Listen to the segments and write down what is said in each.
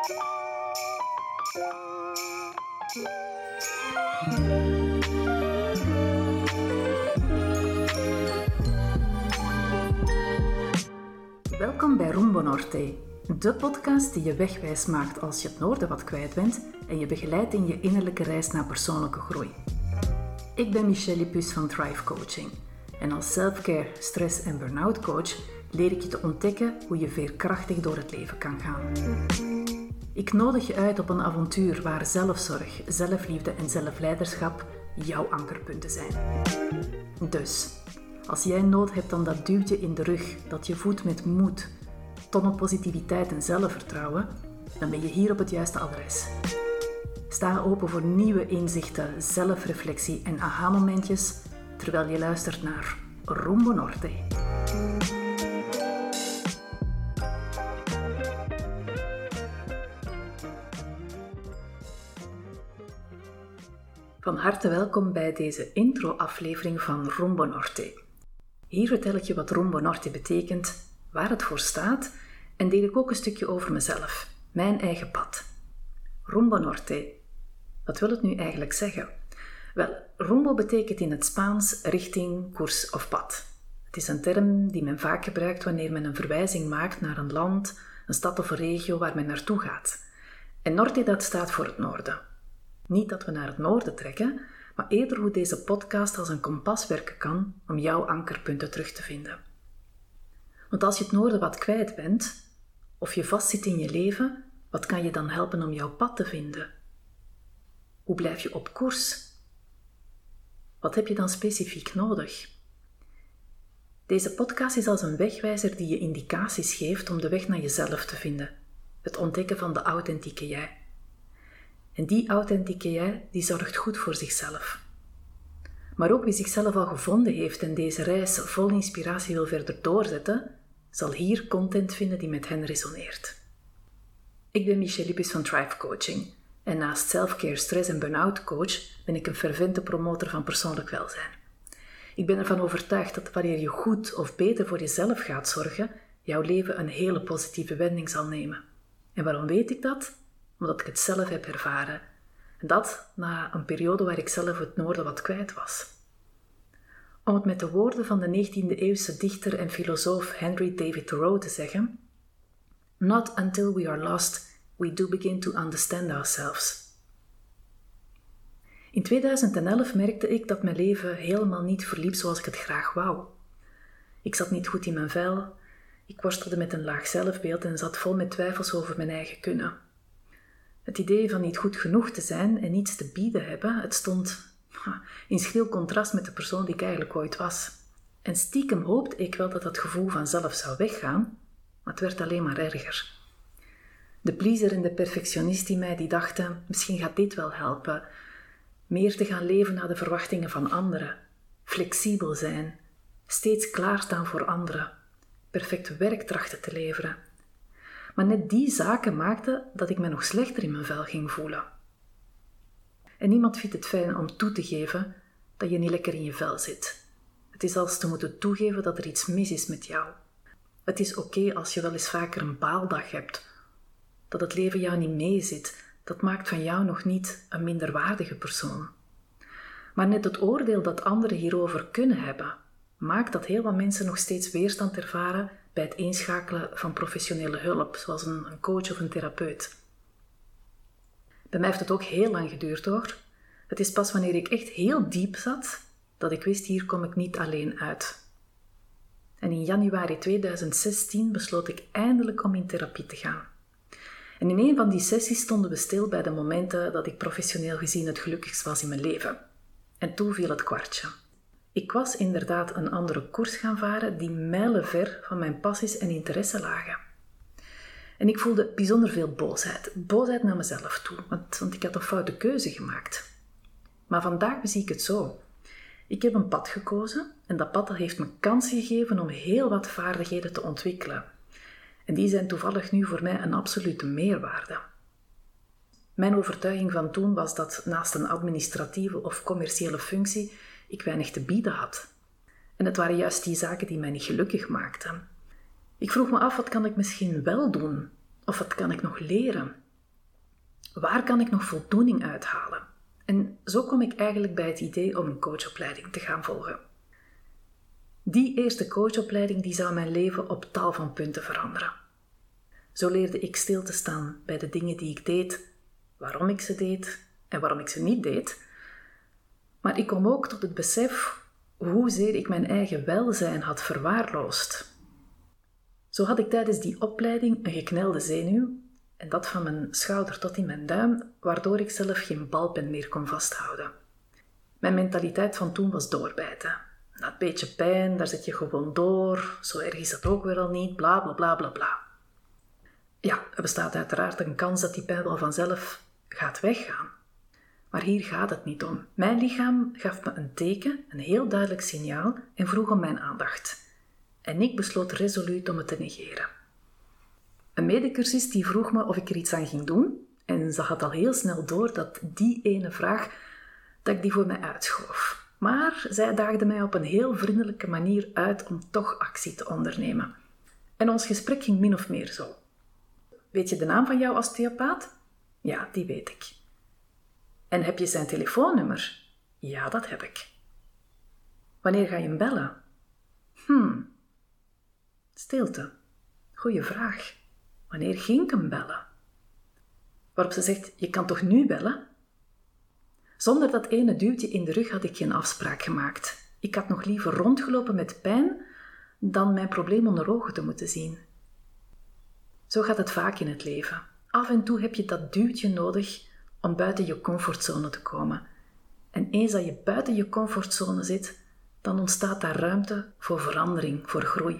Welkom bij Rumbo Norte, de podcast die je wegwijs maakt als je het noorden wat kwijt bent en je begeleidt in je innerlijke reis naar persoonlijke groei. Ik ben Michelle Lipus van Thrive Coaching en als selfcare, stress en burn-out coach leer ik je te ontdekken hoe je veerkrachtig door het leven kan gaan. Ik nodig je uit op een avontuur waar zelfzorg, zelfliefde en zelfleiderschap jouw ankerpunten zijn. Dus, als jij nood hebt aan dat duwtje in de rug dat je voedt met moed, tonnen positiviteit en zelfvertrouwen, dan ben je hier op het juiste adres. Sta open voor nieuwe inzichten, zelfreflectie en aha-momentjes terwijl je luistert naar Rumbo Norte. Van harte welkom bij deze intro-aflevering van Rumbo Norte. Hier vertel ik je wat Rumbo Norte betekent, waar het voor staat en deel ik ook een stukje over mezelf, mijn eigen pad. Rumbo Norte. Wat wil het nu eigenlijk zeggen? Wel, rumbo betekent in het Spaans richting, koers of pad. Het is een term die men vaak gebruikt wanneer men een verwijzing maakt naar een land, een stad of een regio waar men naartoe gaat. En Norte, dat staat voor het noorden. Niet dat we naar het noorden trekken, maar eerder hoe deze podcast als een kompas werken kan om jouw ankerpunten terug te vinden. Want als je het noorden wat kwijt bent, of je vastzit in je leven, wat kan je dan helpen om jouw pad te vinden? Hoe blijf je op koers? Wat heb je dan specifiek nodig? Deze podcast is als een wegwijzer die je indicaties geeft om de weg naar jezelf te vinden. Het ontdekken van de authentieke jij. En die authentieke jij, die zorgt goed voor zichzelf. Maar ook wie zichzelf al gevonden heeft en deze reis vol inspiratie wil verder doorzetten, zal hier content vinden die met hen resoneert. Ik ben Michelle Lipus van Thrive Coaching en naast selfcare, stress en burn-out coach ben ik een fervente promotor van persoonlijk welzijn. Ik ben ervan overtuigd dat wanneer je goed of beter voor jezelf gaat zorgen, jouw leven een hele positieve wending zal nemen. En waarom weet ik dat? Omdat ik het zelf heb ervaren. En dat na een periode waar ik zelf het noorden wat kwijt was. Om het met de woorden van de 19e-eeuwse dichter en filosoof Henry David Thoreau te zeggen: Not until we are lost, we do begin to understand ourselves. In 2011 merkte ik dat mijn leven helemaal niet verliep zoals ik het graag wou. Ik zat niet goed in mijn vel, ik worstelde met een laag zelfbeeld en zat vol met twijfels over mijn eigen kunnen. Het idee van niet goed genoeg te zijn en niets te bieden hebben, het stond in schril contrast met de persoon die ik eigenlijk ooit was. En stiekem hoopte ik wel dat dat gevoel vanzelf zou weggaan, maar het werd alleen maar erger. De pleaser en de perfectionist in mij die dachten, misschien gaat dit wel helpen. Meer te gaan leven naar de verwachtingen van anderen. Flexibel zijn. Steeds klaarstaan voor anderen. Perfect werk trachten te leveren. Maar net die zaken maakten dat ik me nog slechter in mijn vel ging voelen. En niemand vindt het fijn om toe te geven dat je niet lekker in je vel zit. Het is als te moeten toegeven dat er iets mis is met jou. Het is oké als je wel eens vaker een baaldag hebt. Dat het leven jou niet meezit, dat maakt van jou nog niet een minderwaardige persoon. Maar net het oordeel dat anderen hierover kunnen hebben, maakt dat heel wat mensen nog steeds weerstand ervaren bij het inschakelen van professionele hulp, zoals een coach of een therapeut. Bij mij heeft het ook heel lang geduurd hoor. Het is pas wanneer ik echt heel diep zat, dat ik wist, hier kom ik niet alleen uit. En in januari 2016 besloot ik eindelijk om in therapie te gaan. En in een van die sessies stonden we stil bij de momenten dat ik professioneel gezien het gelukkigst was in mijn leven. En toen viel het kwartje. Ik was inderdaad een andere koers gaan varen die mijlenver van mijn passies en interesse lagen. En ik voelde bijzonder veel boosheid. Boosheid naar mezelf toe, want ik had een foute keuze gemaakt. Maar vandaag bezie ik het zo. Ik heb een pad gekozen en dat pad heeft me kans gegeven om heel wat vaardigheden te ontwikkelen. En die zijn toevallig nu voor mij een absolute meerwaarde. Mijn overtuiging van toen was dat naast een administratieve of commerciële functie ik weinig te bieden had. En het waren juist die zaken die mij niet gelukkig maakten. Ik vroeg me af, wat kan ik misschien wel doen? Of wat kan ik nog leren? Waar kan ik nog voldoening uithalen? En zo kom ik eigenlijk bij het idee om een coachopleiding te gaan volgen. Die eerste coachopleiding die zou mijn leven op tal van punten veranderen. Zo leerde ik stil te staan bij de dingen die ik deed, waarom ik ze deed en waarom ik ze niet deed. Maar ik kwam ook tot het besef hoezeer ik mijn eigen welzijn had verwaarloosd. Zo had ik tijdens die opleiding een geknelde zenuw, en dat van mijn schouder tot in mijn duim, waardoor ik zelf geen balpen meer kon vasthouden. Mijn mentaliteit van toen was doorbijten. Dat beetje pijn, daar zit je gewoon door, zo erg is dat ook weer al niet, bla bla bla bla bla. Ja, er bestaat uiteraard een kans dat die pijn wel vanzelf gaat weggaan. Maar hier gaat het niet om. Mijn lichaam gaf me een teken, een heel duidelijk signaal en vroeg om mijn aandacht. En ik besloot resoluut om het te negeren. Een medecursist die vroeg me of ik er iets aan ging doen en ze had al heel snel door dat die ene vraag, dat ik die voor mij uitschoof. Maar zij daagde mij op een heel vriendelijke manier uit om toch actie te ondernemen. En ons gesprek ging min of meer zo. Weet je de naam van jouw osteopaat? Ja, die weet ik. En heb je zijn telefoonnummer? Ja, dat heb ik. Wanneer ga je hem bellen? Stilte. Goeie vraag. Wanneer ging ik hem bellen? Waarop ze zegt, je kan toch nu bellen? Zonder dat ene duwtje in de rug had ik geen afspraak gemaakt. Ik had nog liever rondgelopen met pijn dan mijn probleem onder ogen te moeten zien. Zo gaat het vaak in het leven. Af en toe heb je dat duwtje nodig om buiten je comfortzone te komen. En eens dat je buiten je comfortzone zit, dan ontstaat daar ruimte voor verandering, voor groei.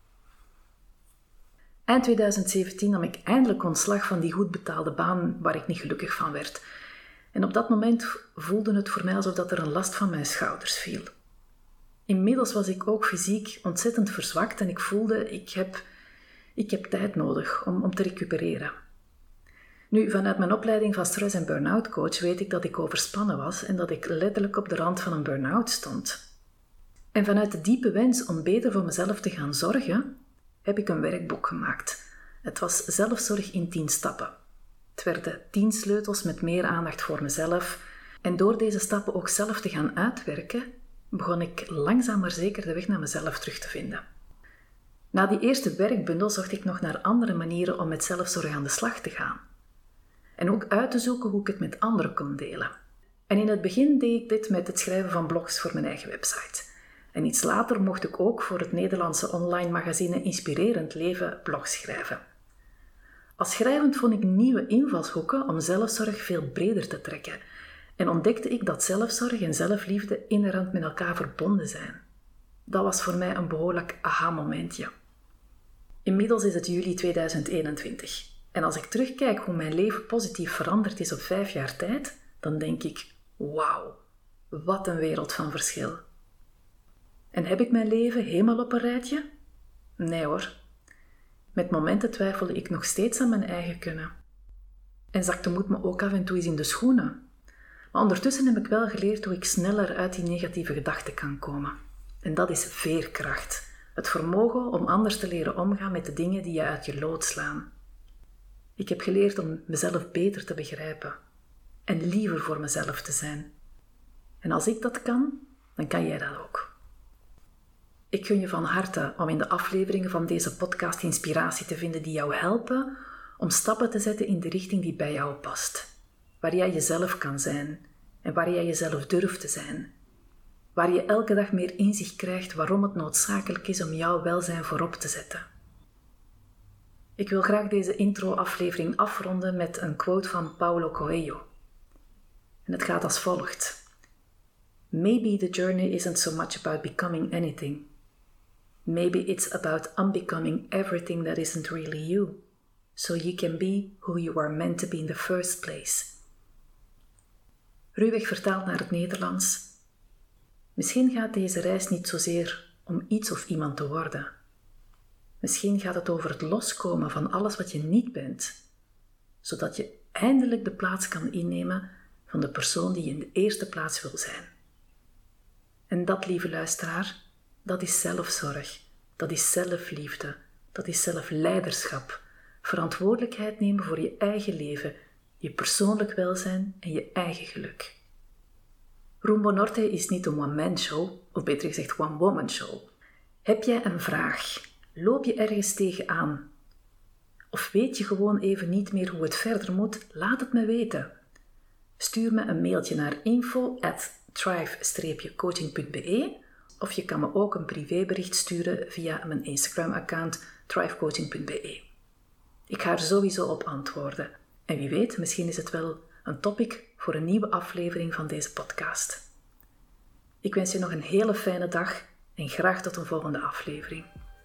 Eind 2017 nam ik eindelijk ontslag van die goed betaalde baan waar ik niet gelukkig van werd. En op dat moment voelde het voor mij alsof dat er een last van mijn schouders viel. Inmiddels was ik ook fysiek ontzettend verzwakt en ik voelde, ik heb tijd nodig om te recupereren. Nu, vanuit mijn opleiding van stress- en burn-out coach weet ik dat ik overspannen was en dat ik letterlijk op de rand van een burn-out stond. En vanuit de diepe wens om beter voor mezelf te gaan zorgen, heb ik een werkboek gemaakt. Het was zelfzorg in 10 stappen. Het werden 10 sleutels met meer aandacht voor mezelf. En door deze stappen ook zelf te gaan uitwerken, begon ik langzaam maar zeker de weg naar mezelf terug te vinden. Na die eerste werkbundel zocht ik nog naar andere manieren om met zelfzorg aan de slag te gaan. En ook uit te zoeken hoe ik het met anderen kon delen. En in het begin deed ik dit met het schrijven van blogs voor mijn eigen website. En iets later mocht ik ook voor het Nederlandse online magazine Inspirerend Leven blogs schrijven. Als schrijvend vond ik nieuwe invalshoeken om zelfzorg veel breder te trekken en ontdekte ik dat zelfzorg en zelfliefde inherent met elkaar verbonden zijn. Dat was voor mij een behoorlijk aha-momentje. Inmiddels is het juli 2021 en als ik terugkijk hoe mijn leven positief veranderd is op 5 jaar tijd, dan denk ik, wauw, wat een wereld van verschil. En heb ik mijn leven helemaal op een rijtje? Nee hoor. Met momenten twijfelde ik nog steeds aan mijn eigen kunnen. En zakte moed me ook af en toe eens in de schoenen. Maar ondertussen heb ik wel geleerd hoe ik sneller uit die negatieve gedachten kan komen. En dat is veerkracht. Het vermogen om anders te leren omgaan met de dingen die je uit je lood slaan. Ik heb geleerd om mezelf beter te begrijpen. En liever voor mezelf te zijn. En als ik dat kan, dan kan jij dat ook. Ik gun je van harte om in de afleveringen van deze podcast inspiratie te vinden die jou helpen om stappen te zetten in de richting die bij jou past. Waar jij jezelf kan zijn en waar jij jezelf durft te zijn. Waar je elke dag meer inzicht krijgt waarom het noodzakelijk is om jouw welzijn voorop te zetten. Ik wil graag deze intro-aflevering afronden met een quote van Paulo Coelho. En het gaat als volgt. Maybe the journey isn't so much about becoming anything. Maybe it's about unbecoming everything that isn't really you, so you can be who you are meant to be in the first place. Ruwweg vertaald naar het Nederlands. Misschien gaat deze reis niet zozeer om iets of iemand te worden. Misschien gaat het over het loskomen van alles wat je niet bent, zodat je eindelijk de plaats kan innemen van de persoon die je in de eerste plaats wil zijn. En dat, lieve luisteraar, dat is zelfzorg, dat is zelfliefde, dat is zelfleiderschap, verantwoordelijkheid nemen voor je eigen leven, je persoonlijk welzijn en je eigen geluk. Rumbo Norte is niet een one-man show, of beter gezegd one-woman show. Heb jij een vraag? Loop je ergens tegenaan? Of weet je gewoon even niet meer hoe het verder moet? Laat het me weten. Stuur me een mailtje naar info@thrive-coaching.be of je kan me ook een privébericht sturen via mijn Instagram-account thrivecoaching.be. Ik ga er sowieso op antwoorden. En wie weet, misschien is het wel een topic voor een nieuwe aflevering van deze podcast. Ik wens je nog een hele fijne dag en graag tot een volgende aflevering.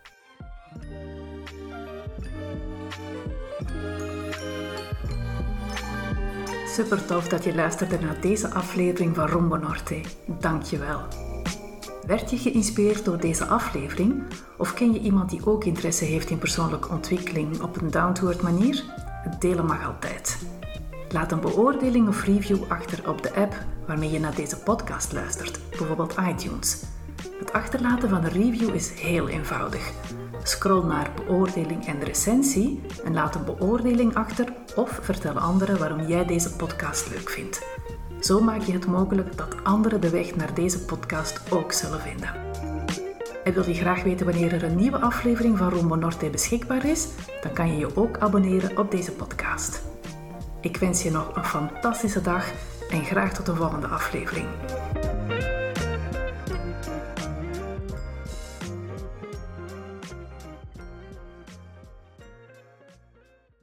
Super tof dat je luisterde naar deze aflevering van Rumbo Norte. Dank je wel. Werd je geïnspireerd door deze aflevering? Of ken je iemand die ook interesse heeft in persoonlijke ontwikkeling op een down-to-earth manier? Delen mag altijd. Laat een beoordeling of review achter op de app waarmee je naar deze podcast luistert, bijvoorbeeld iTunes. Het achterlaten van een review is heel eenvoudig. Scroll naar beoordeling en recensie en laat een beoordeling achter of vertel anderen waarom jij deze podcast leuk vindt. Zo maak je het mogelijk dat anderen de weg naar deze podcast ook zullen vinden. En wil je graag weten wanneer er een nieuwe aflevering van Rumbo Norte beschikbaar is? Dan kan je je ook abonneren op deze podcast. Ik wens je nog een fantastische dag en graag tot de volgende aflevering.